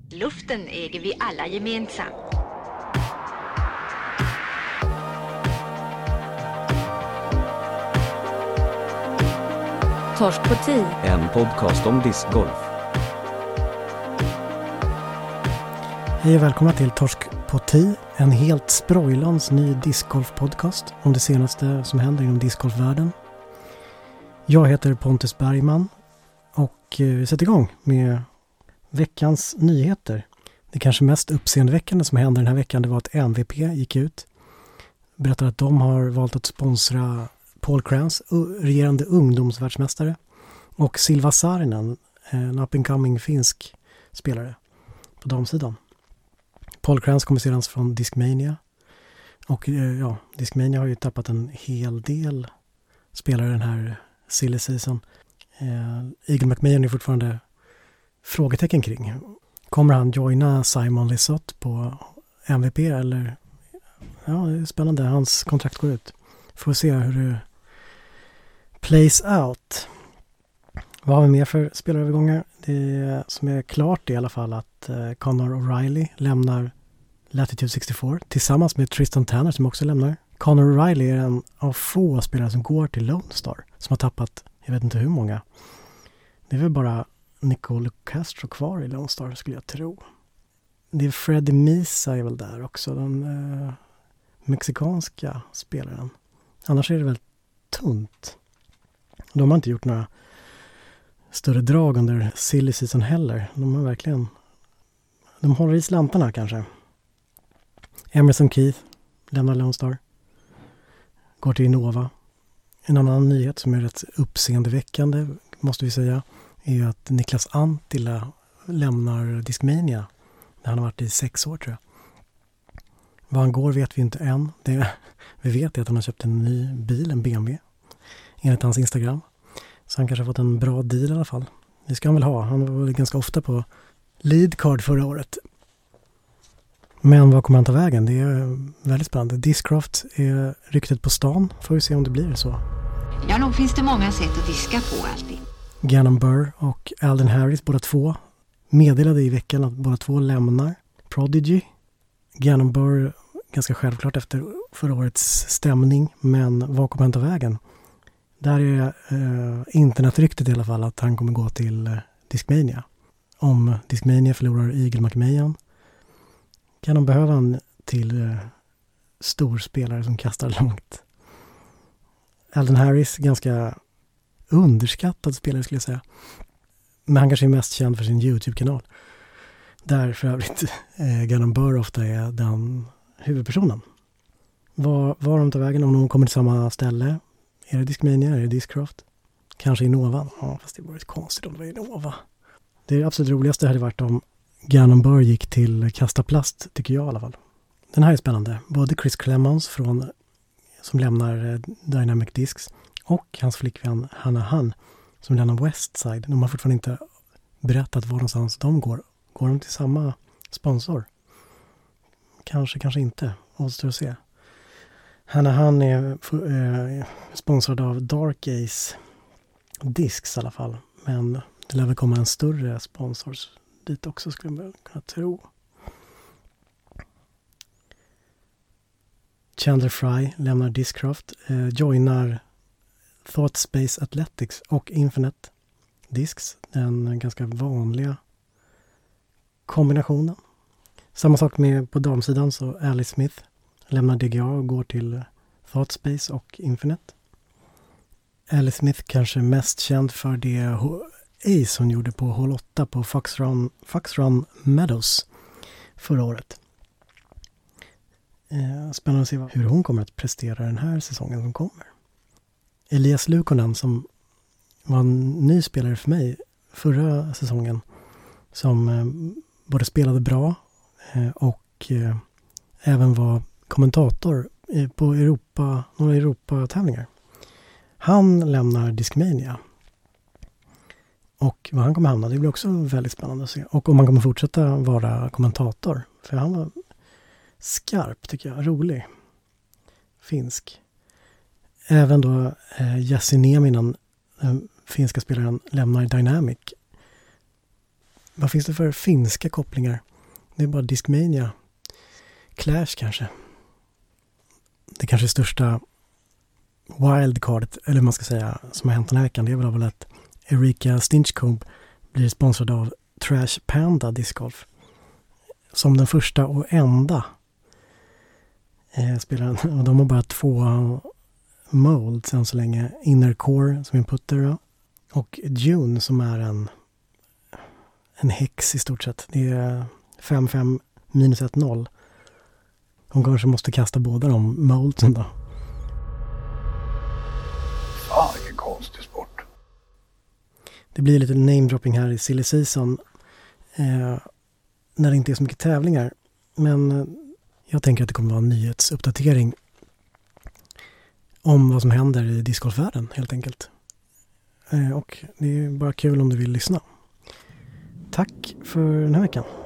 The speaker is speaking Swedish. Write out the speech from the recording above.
Luften äger vi alla gemensamt. Torsk på 10. En podcast om discgolf. Hej och välkomna till Torsk på 10. En helt sprojlans ny discgolf-podcast om det senaste som händer inom discgolfvärlden. Jag heter Pontus Bergman och vi sätter igång med veckans nyheter. Det kanske mest uppseendeväckande som hände den här veckan, det var att MVP gick ut. Berättade att de har valt att sponsra Paul Krantz, regerande ungdomsvärldsmästare, och Silva Saarinen, en up-and-coming finsk spelare på damsidan. Paul Krantz kommer sedan från Discmania. Och Discmania har ju tappat en hel del spelare den här silly season. Eagle McMahon är fortfarande frågetecken kring. Kommer han joina Simon Lizotte på MVP eller? Ja, det är spännande. Hans kontrakt går ut. Får se hur det plays out. Vad har vi mer för spelarövergångar? Det som är klart är i alla fall att Conor O'Reilly lämnar Latitude 64 tillsammans med Tristan Tanner som också lämnar. Conor O'Reilly är en av få spelare som går till Lone Star, som har tappat, jag vet inte hur många. Det är väl bara Nicolo Castro kvar i Lone Star skulle jag tro. Det är Freddie Misa är väl där också, den mexikanska spelaren. Annars är det väl tunt. De har inte gjort några större drag under silly season heller. De håller i slantarna kanske. Emerson Keith lämnar Lone Star. Går till Innova. En annan nyhet som är rätt uppseendeväckande måste vi säga är att Niklas Anttila lämnar Discmania. Där han har varit i 6 år tror jag. Vad han går vet vi inte än. Vi vet att han har köpt en ny bil, en BMW. Enligt hans Instagram. Så han kanske har fått en bra deal i alla fall. Det ska han väl ha. Han var ganska ofta på lead card förra året. Men vad kommer han ta vägen? Det är väldigt spännande. Discraft är ryktet på stan. Får vi se om det blir så. Ja, nog finns det många sätt att diska på alltid. Gannon Buhr och Alden Harris, båda två, meddelade i veckan att båda två lämnar Prodigy. Gannon Buhr ganska självklart efter förra årets stämning. Men vad kommer han ta vägen? Där är internetryktet i alla fall att han kommer gå till Discmania. Om Discmania förlorar Eagle McMahon kan de behöva en till storspelare som kastar långt. Alden Harris, ganska underskattad spelare skulle jag säga. Men han kanske är mest känd för sin YouTube-kanal. Där för övrigt Gannon Buhr ofta är den huvudpersonen. Var de tar vägen om de kommer till samma ställe? Är det Discmania? Är det Discraft? Kanske Innova? Ja, fast det vore konstigt om det var Innova. Det absolut roligaste hade varit om Gannon Buhr gick till Kasta Plast, tycker jag i alla fall. Den här är spännande. Både Chris Clemons som lämnar Dynamic Discs och hans flickvän Hannah Hunn som lämnar Westside. De har fortfarande inte berättat var någonstans de går. Går de till samma sponsor? Kanske inte. Återstår att se. Hannah Hunn är sponsrad av Dark Ace Discs i alla fall. Men det lär väl komma en större sponsor dit också skulle man kunna tro. Chandler Fry lämnar Discraft, joinar Thought Space Athletics och Infinite Discs. Den ganska vanliga kombinationen. Samma sak med på damsidan, så Alice Smith lämnar DGA och går till Thought Space och Infinite. Alice Smith kanske mest känd för det ace hon gjorde på hål 8 på Fox Run Meadows förra året. Spännande att se hur hon kommer att prestera den här säsongen som kommer. Elias Lukonen som var en ny spelare för mig förra säsongen som både spelade bra och även var kommentator på några Europa-tävlingar. Han lämnar Discmania. Och vad han kommer hamna, det blir också väldigt spännande att se. Och om han kommer fortsätta vara kommentator. För han var skarp tycker jag, rolig. Finsk. Även då Jesse Nieminen, den finska spelaren, lämnar Dynamic. Vad finns det för finska kopplingar? Det är bara Discmania. Clash kanske. Det kanske största wildcardet, eller man ska säga, som har hänt den här veckan, det är väl att Erika Stinchcomb blir sponsrad av Trash Panda Discgolf. Som den första och enda spelaren. Och de har bara 2 molds än så länge. Inner Core som är en putter och June som är en häx i stort sett. Det är 5-5 minus 1-0. De kanske måste kasta båda de moldsen då. Fan, vilken konstig sport. Det blir lite namedropping här i silly season när det inte är så mycket tävlingar. Men jag tänker att det kommer vara en nyhetsuppdatering om vad som händer i discgolfvärlden helt enkelt. Och det är bara kul om du vill lyssna. Tack för den här veckan.